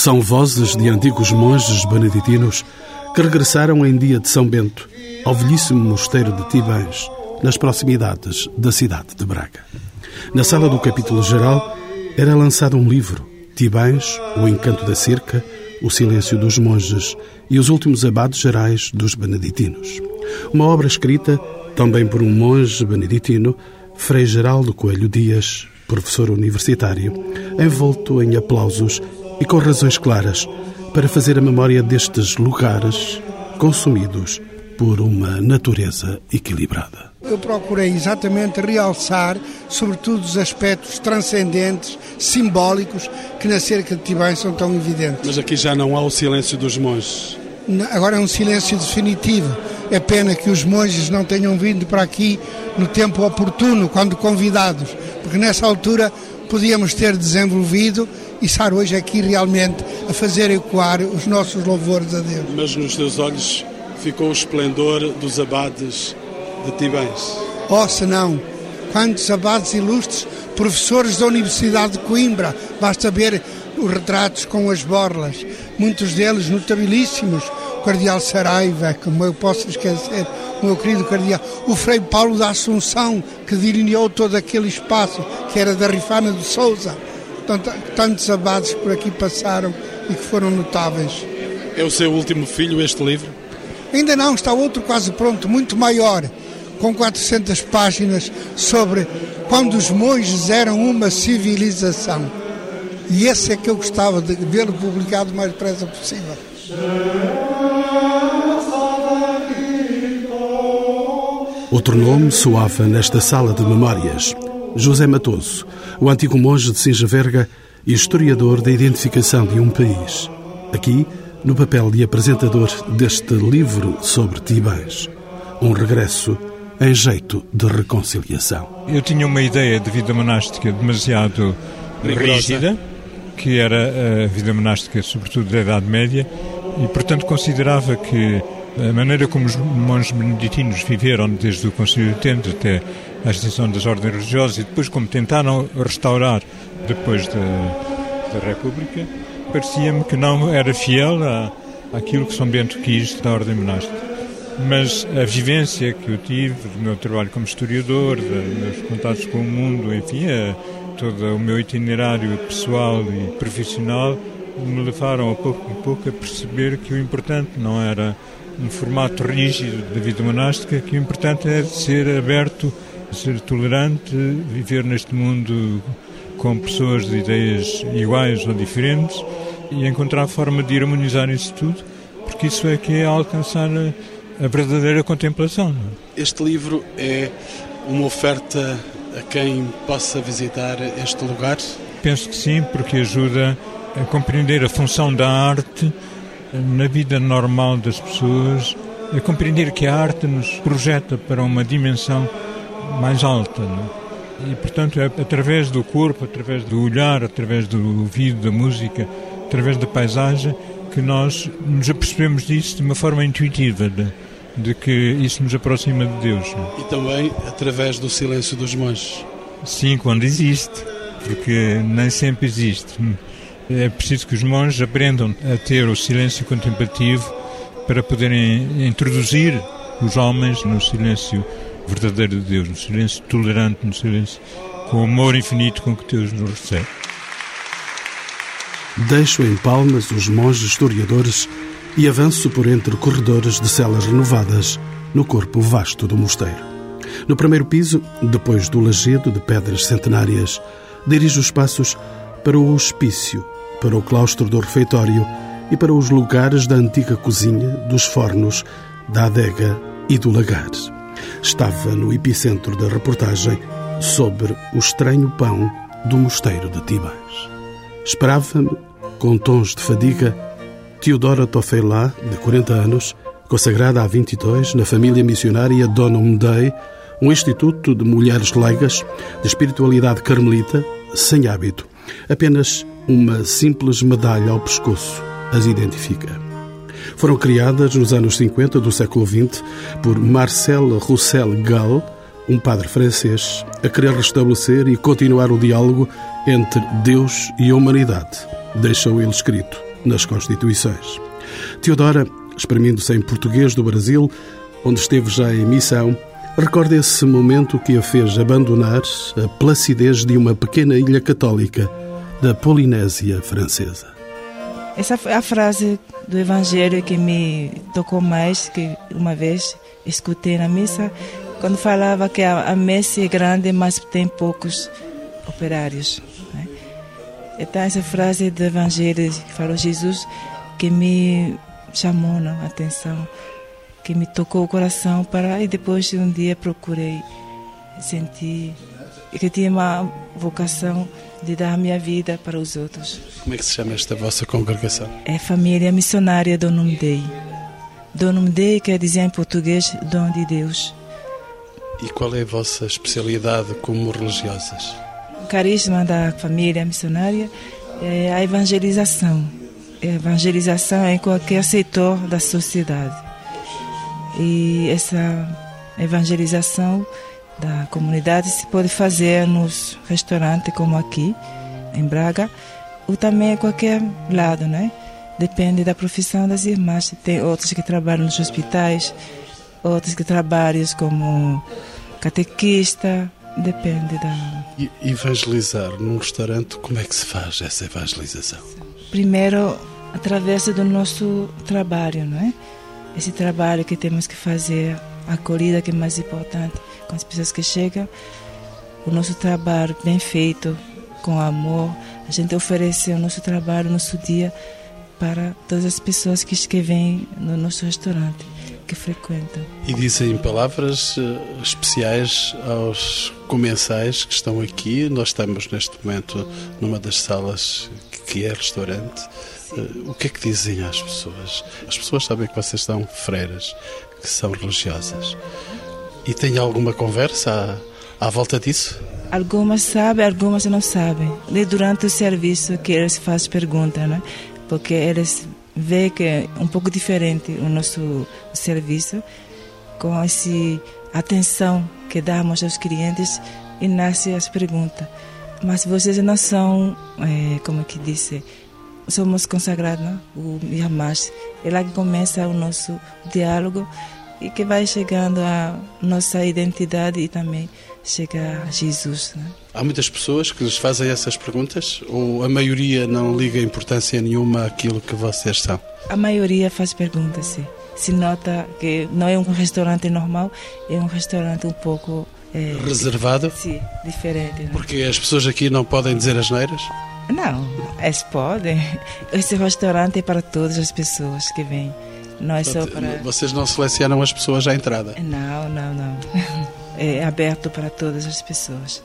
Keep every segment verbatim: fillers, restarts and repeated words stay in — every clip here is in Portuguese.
São vozes de antigos monges beneditinos que regressaram em dia de São Bento ao velhíssimo mosteiro de Tibães, nas proximidades da cidade de Braga. Na sala do capítulo geral era lançado um livro, Tibães, o encanto da cerca, o silêncio dos monges e os últimos abades gerais dos beneditinos. Uma obra escrita também por um monge beneditino, Frei Geraldo Coelho Dias, professor universitário, envolto em aplausos e com razões claras para fazer a memória destes lugares consumidos por uma natureza equilibrada. Eu procurei exatamente realçar, sobretudo, os aspectos transcendentes, simbólicos, que na cerca de Tibães são tão evidentes. Mas aqui já não há o silêncio dos monges. Agora é um silêncio definitivo. É pena que os monges não tenham vindo para aqui no tempo oportuno, quando convidados, porque nessa altura podíamos ter desenvolvido e estar hoje aqui realmente a fazer ecoar os nossos louvores a Deus. Mas nos teus olhos ficou o esplendor dos abades de Tibães. Oh, se não, quantos abades ilustres, professores da Universidade de Coimbra, basta ver os retratos com as borlas, muitos deles notabilíssimos, o cardeal Saraiva, como eu posso esquecer, o meu querido cardeal, o Frei Paulo da Assunção, que delineou todo aquele espaço, que era da Rifana de Sousa. Tantos abades por aqui passaram e que foram notáveis. É o seu último filho este livro? Ainda não, está outro quase pronto, muito maior, com quatrocentas páginas, sobre quando os monges eram uma civilização. E esse é que eu gostava de vê-lo publicado o mais depressa possível. Outro nome soava nesta sala de memórias. José Matoso, o antigo monge de Sinjaverga e historiador da identificação de um país. Aqui, no papel de apresentador deste livro sobre Tibães. Um regresso em jeito de reconciliação. Eu tinha uma ideia de vida monástica demasiado rígida, que era a vida monástica, sobretudo da Idade Média, e, portanto, considerava que a maneira como os monges beneditinos viveram desde o Concílio de Trento até a extinção das ordens religiosas e depois como tentaram restaurar depois da, da República, parecia-me que não era fiel à, àquilo que São Bento quis da ordem monástica. Mas a vivência que eu tive do meu trabalho como historiador, dos meus contatos com o mundo, enfim, a, todo o meu itinerário pessoal e profissional me levaram a pouco a pouco a perceber que o importante não era um formato rígido da vida monástica, que o importante é ser aberto, ser tolerante, viver neste mundo com pessoas de ideias iguais ou diferentes e encontrar a forma de harmonizar isso tudo, porque isso é que é alcançar a, a verdadeira contemplação. Não é? Este livro é uma oferta a quem possa visitar este lugar? Penso que sim, porque ajuda a compreender a função da arte na vida normal das pessoas, a compreender que a arte nos projeta para uma dimensão mais alta, não? E, portanto, é através do corpo, através do olhar, através do ouvido, da música, através da paisagem, que nós nos apercebemos disso de uma forma intuitiva, de, de que isso nos aproxima de Deus. Não? E também através do silêncio dos monges. Sim, quando existe, porque nem sempre existe. É preciso que os monges aprendam a ter o silêncio contemplativo para poderem introduzir os homens no silêncio verdadeiro de Deus, no silêncio tolerante, no silêncio com o amor infinito com que Deus nos recebe. Deixo em Palmas os monges historiadores e avanço por entre corredores de celas renovadas no corpo vasto do mosteiro. No primeiro piso, depois do lajedo de pedras centenárias, dirijo os passos para o hospício, para o claustro do refeitório e para os lugares da antiga cozinha, dos fornos, da adega e do lagar. Estava no epicentro da reportagem sobre o estranho pão do mosteiro de Tibães. Esperava-me, com tons de fadiga, Teodora Tofeilá, de quarenta anos, consagrada há vinte e dois na família missionária Donum Dei, um instituto de mulheres leigas, de espiritualidade carmelita, sem hábito. Apenas uma simples medalha ao pescoço as identifica. Foram criadas nos anos cinquenta do século vinte por Marcel Roussel Gall, um padre francês, a querer restabelecer e continuar o diálogo entre Deus e a humanidade. Deixou ele escrito nas Constituições. Teodora, exprimindo-se em português do Brasil, onde esteve já em missão, recorda esse momento que a fez abandonar a placidez de uma pequena ilha católica da Polinésia Francesa. Essa foi a frase do Evangelho que me tocou mais, que uma vez escutei na missa, quando falava que a, a messe é grande, mas tem poucos operários. Né? Então, essa frase do Evangelho que falou Jesus, que me chamou não, a atenção, que me tocou o coração, para e depois um dia procurei sentir que tinha uma vocação de dar a minha vida para os outros. Como é que se chama esta vossa congregação? É Família Missionária Donum Dei. Donum Dei quer dizer em português dom de Deus. E qual é a vossa especialidade como religiosas? O carisma da família missionária é a evangelização. A evangelização em qualquer setor da sociedade. E essa evangelização da comunidade se pode fazer nos restaurantes como aqui, em Braga, ou também em qualquer lado, né? Depende da profissão das irmãs. Tem outros que trabalham nos hospitais, outros que trabalham como catequista, depende da... E evangelizar num restaurante, como é que se faz essa evangelização? Primeiro, através do nosso trabalho, não é? Esse trabalho que temos que fazer, a acolhida que é mais importante, com as pessoas que chegam, o nosso trabalho bem feito, com amor, a gente oferece o nosso trabalho, o nosso dia para todas as pessoas que, que vêm no nosso restaurante, que frequentam. E dizem palavras uh, especiais aos comensais que estão aqui. Nós estamos neste momento numa das salas que é restaurante. Uh, o que é que dizem às pessoas? As pessoas sabem que vocês são freiras, que são religiosas. E tem alguma conversa à, à volta disso? Algumas sabem, algumas não sabem. E durante o serviço que eles fazem perguntas, né? Porque eles veem que é um pouco diferente o nosso serviço, com essa atenção que damos aos clientes, e nascem as perguntas. Mas vocês não são, é, como que disse, somos consagrados, não? O Yamash. É lá que começa o nosso diálogo e que vai chegando a nossa identidade e também chega a Jesus. Né? Há muitas pessoas que lhes fazem essas perguntas ou a maioria não liga importância nenhuma àquilo que vocês são? A maioria faz perguntas, sim. Se nota que não é um restaurante normal, é um restaurante um pouco... É, reservado? Sim, diferente. Né? Porque as pessoas aqui não podem dizer asneiras? Não, eles podem. Esse restaurante é para todas as pessoas que vêm. Não é só para... Vocês não selecionam as pessoas à entrada? Não, não, não. É aberto para todas as pessoas.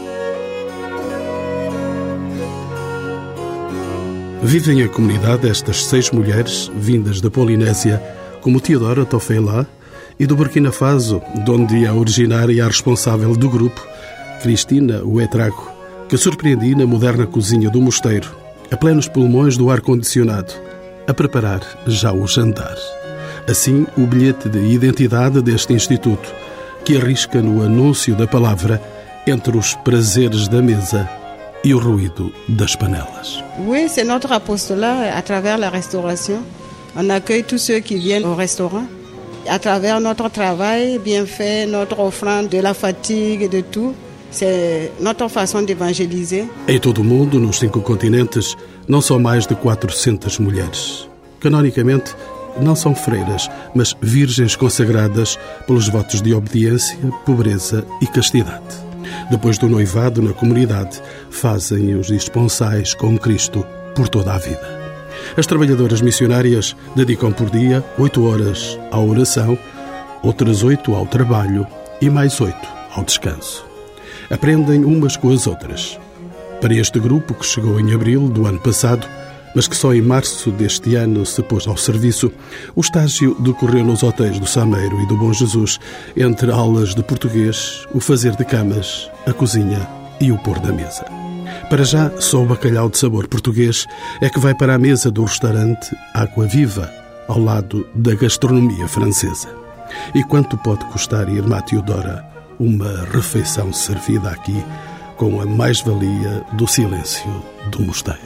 Vivem a comunidade estas seis mulheres vindas da Polinésia, como Teodora Tofeilá, e do Burkina Faso, de onde é originária e a responsável do grupo, Cristina Uetrago, que surpreendi na moderna cozinha do mosteiro, a plenos pulmões do ar-condicionado, a preparar já o jantar. Assim, o bilhete de identidade deste instituto, que arrisca no anúncio da palavra entre os prazeres da mesa e o ruído das panelas. Oui, c'est notre apostolat à travers la restauration. On accueille tous ceux qui viennent au restaurant. À travers notre travail bien fait, notre offrande de la fatigue et de tout, c'est notre façon d'évangéliser. Em todo o mundo, nos cinco continentes, não são mais de quatrocentas mulheres. Canonicamente, não são freiras, mas virgens consagradas pelos votos de obediência, pobreza e castidade. Depois do noivado na comunidade, fazem os esponsais com Cristo por toda a vida. As trabalhadoras missionárias dedicam por dia oito horas à oração, outras oito ao trabalho e mais oito ao descanso. Aprendem umas com as outras. Para este grupo, que chegou em abril do ano passado, mas que só em março deste ano se pôs ao serviço, o estágio decorreu nos hotéis do Sameiro e do Bom Jesus, entre aulas de português, o fazer de camas, a cozinha e o pôr da mesa. Para já, só o bacalhau de sabor português é que vai para a mesa do restaurante Água Viva, ao lado da gastronomia francesa. E quanto pode custar, irmã Teodora, uma refeição servida aqui com a mais-valia do silêncio do mosteiro? Por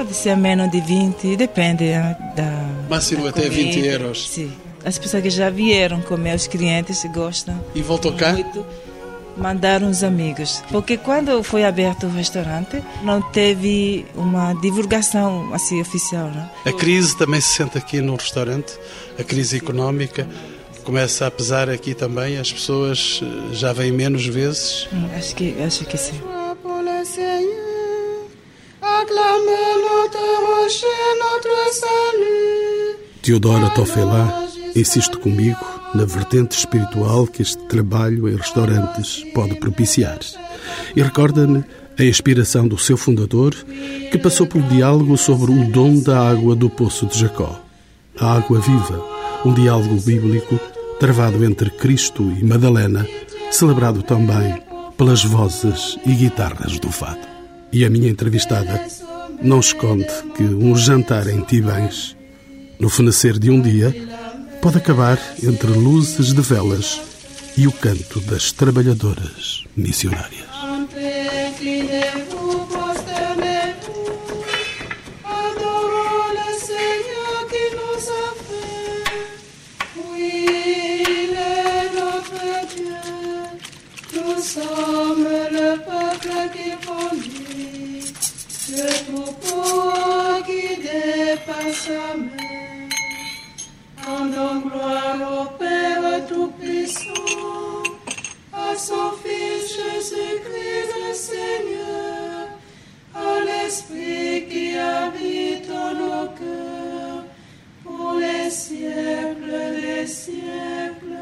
Pode ser menos de vinte, depende da. Máximo da até comida. vinte euros. Sim. As pessoas que já vieram comer, os clientes gostam. E voltou cá? Muito. Mandaram os amigos. Porque quando foi aberto o restaurante, não teve uma divulgação assim oficial. Né? A crise também se sente aqui no restaurante, a crise económica começa a pesar aqui também, as pessoas já vêm menos vezes. Hum, acho que, acho que sim. Teodora Tofelá insiste comigo na vertente espiritual que este trabalho em restaurantes pode propiciar. E recorda-me a inspiração do seu fundador, que passou pelo diálogo sobre o dom da água do Poço de Jacó. A água viva, um diálogo bíblico travado entre Cristo e Madalena, celebrado também pelas vozes e guitarras do fado. E a minha entrevistada não esconde que um jantar em Tibães, no fenecer de um dia, pode acabar entre luzes de velas e o canto das trabalhadoras missionárias. Rendons gloire au Père Tout-Puissant, à son Fils Jésus-Christ le Seigneur, à l'Esprit qui habite en nos cœurs, pour les siècles des siècles.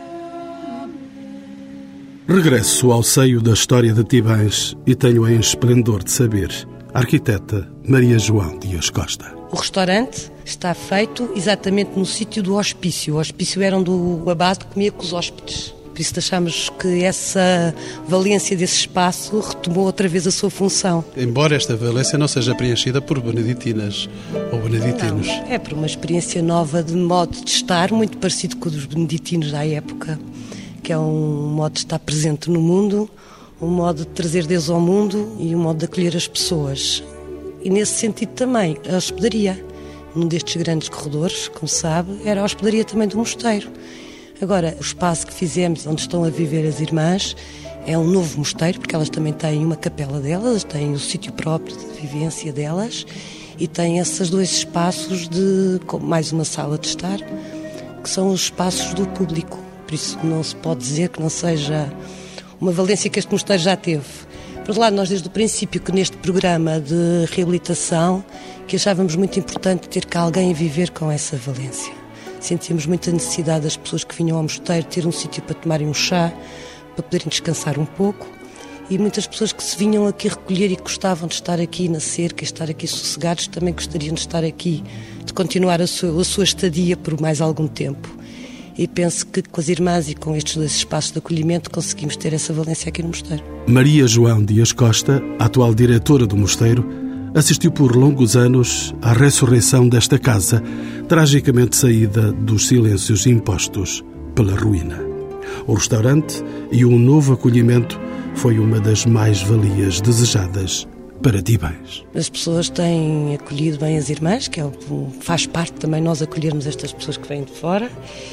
Regresso ao seio da história de Tibães e tenho em esplendor de saber a arquiteta Maria João Dias Costa. O restaurante está feito exatamente no sítio do hospício. O hospício era onde o abade comia com os hóspedes. Por isso achamos que essa valência desse espaço retomou outra vez a sua função. Embora esta valência não seja preenchida por beneditinas ou beneditinos. Não, é por uma experiência nova de modo de estar, muito parecido com o dos beneditinos da época, que é um modo de estar presente no mundo, um modo de trazer Deus ao mundo e um modo de acolher as pessoas. E nesse sentido também, a hospedaria, num destes grandes corredores, como sabe, era a hospedaria também do mosteiro. Agora, o espaço que fizemos, onde estão a viver as irmãs, é um novo mosteiro, porque elas também têm uma capela delas, têm o sítio próprio de vivência delas e têm esses dois espaços, de, com mais uma sala de estar, que são os espaços do público. Por isso não se pode dizer que não seja uma valência que este mosteiro já teve. Por outro lado, nós desde o princípio que neste programa de reabilitação que achávamos muito importante ter cá alguém a viver com essa valência. Sentíamos muita necessidade das pessoas que vinham ao mosteiro ter um sítio para tomarem um chá, para poderem descansar um pouco, e muitas pessoas que se vinham aqui recolher e gostavam de estar aqui na cerca, estar aqui sossegados, também gostariam de estar aqui, de continuar a sua, a sua estadia por mais algum tempo. E penso que com as irmãs e com estes dois espaços de acolhimento conseguimos ter essa valência aqui no mosteiro. Maria João Dias Costa, a atual diretora do mosteiro, assistiu por longos anos à ressurreição desta casa, tragicamente saída dos silêncios impostos pela ruína. O restaurante e o novo acolhimento foi uma das mais-valias desejadas para Tibães. As pessoas têm acolhido bem as irmãs, que é o, faz parte também nós acolhermos estas pessoas que vêm de fora,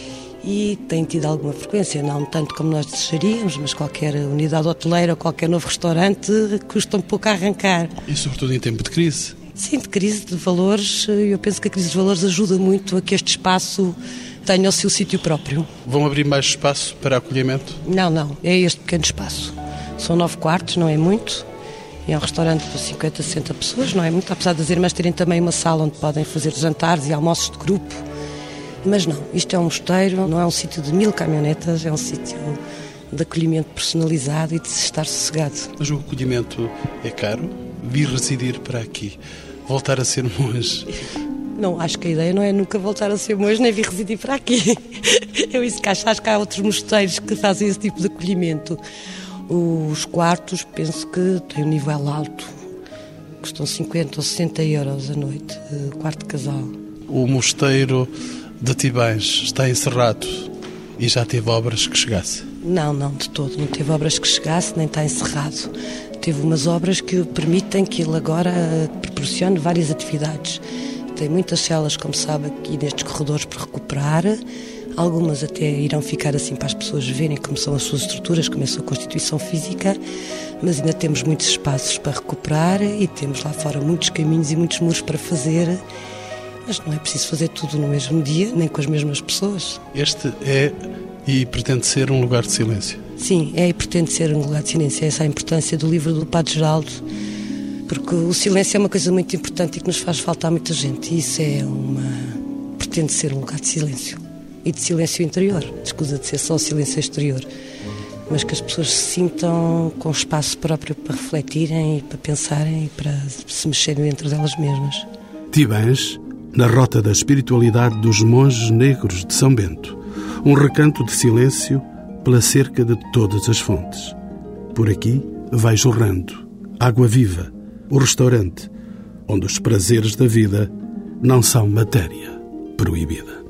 e tem tido alguma frequência, não tanto como nós desejaríamos, mas qualquer unidade hoteleira ou qualquer novo restaurante custa um pouco a arrancar. E sobretudo em tempo de crise? Sim, de crise de valores. Eu penso que a crise de valores ajuda muito a que este espaço tenha o seu sítio próprio. Vão abrir mais espaço para acolhimento? Não, não, é este pequeno espaço. São nove quartos, não é muito. É um restaurante para cinquenta, sessenta pessoas, não é muito, apesar das irmãs terem também uma sala onde podem fazer jantares e almoços de grupo. Mas não, isto é um mosteiro, não é um sítio de mil caminhonetas, é um sítio de acolhimento personalizado e de se estar sossegado. Mas o acolhimento é caro? Vir residir para aqui, voltar a ser monge? Não, acho que a ideia não é nunca voltar a ser monge nem vir residir para aqui. Eu isso que acho, acho que há outros mosteiros que fazem esse tipo de acolhimento. Os quartos, penso que têm um nível alto, custam cinquenta ou sessenta euros a noite, quarto de casal. O mosteiro de Tibães está encerrado e já teve obras que chegasse? Não, não, de todo. Não teve obras que chegasse, nem está encerrado. Teve umas obras que permitem que ele agora proporciona várias atividades. Tem muitas celas, como sabe, aqui nestes corredores para recuperar. Algumas até irão ficar assim para as pessoas verem como são as suas estruturas, como é a sua constituição física, mas ainda temos muitos espaços para recuperar e temos lá fora muitos caminhos e muitos muros para fazer, mas não é preciso fazer tudo no mesmo dia, nem com as mesmas pessoas. Este é e pretende ser um lugar de silêncio? Sim, é e pretende ser um lugar de silêncio. Essa é a importância do livro do Padre Geraldo, porque o silêncio é uma coisa muito importante e que nos faz falta a muita gente, e isso é uma... pretende ser um lugar de silêncio. E de silêncio interior, escusa de ser só silêncio exterior, mas que as pessoas se sintam com espaço próprio para refletirem e para pensarem e para se mexerem dentro delas mesmas. Tibães, na rota da espiritualidade dos monges negros de São Bento, um recanto de silêncio pela cerca de todas as fontes. Por aqui vai jorrando água viva, o restaurante onde os prazeres da vida não são matéria proibida.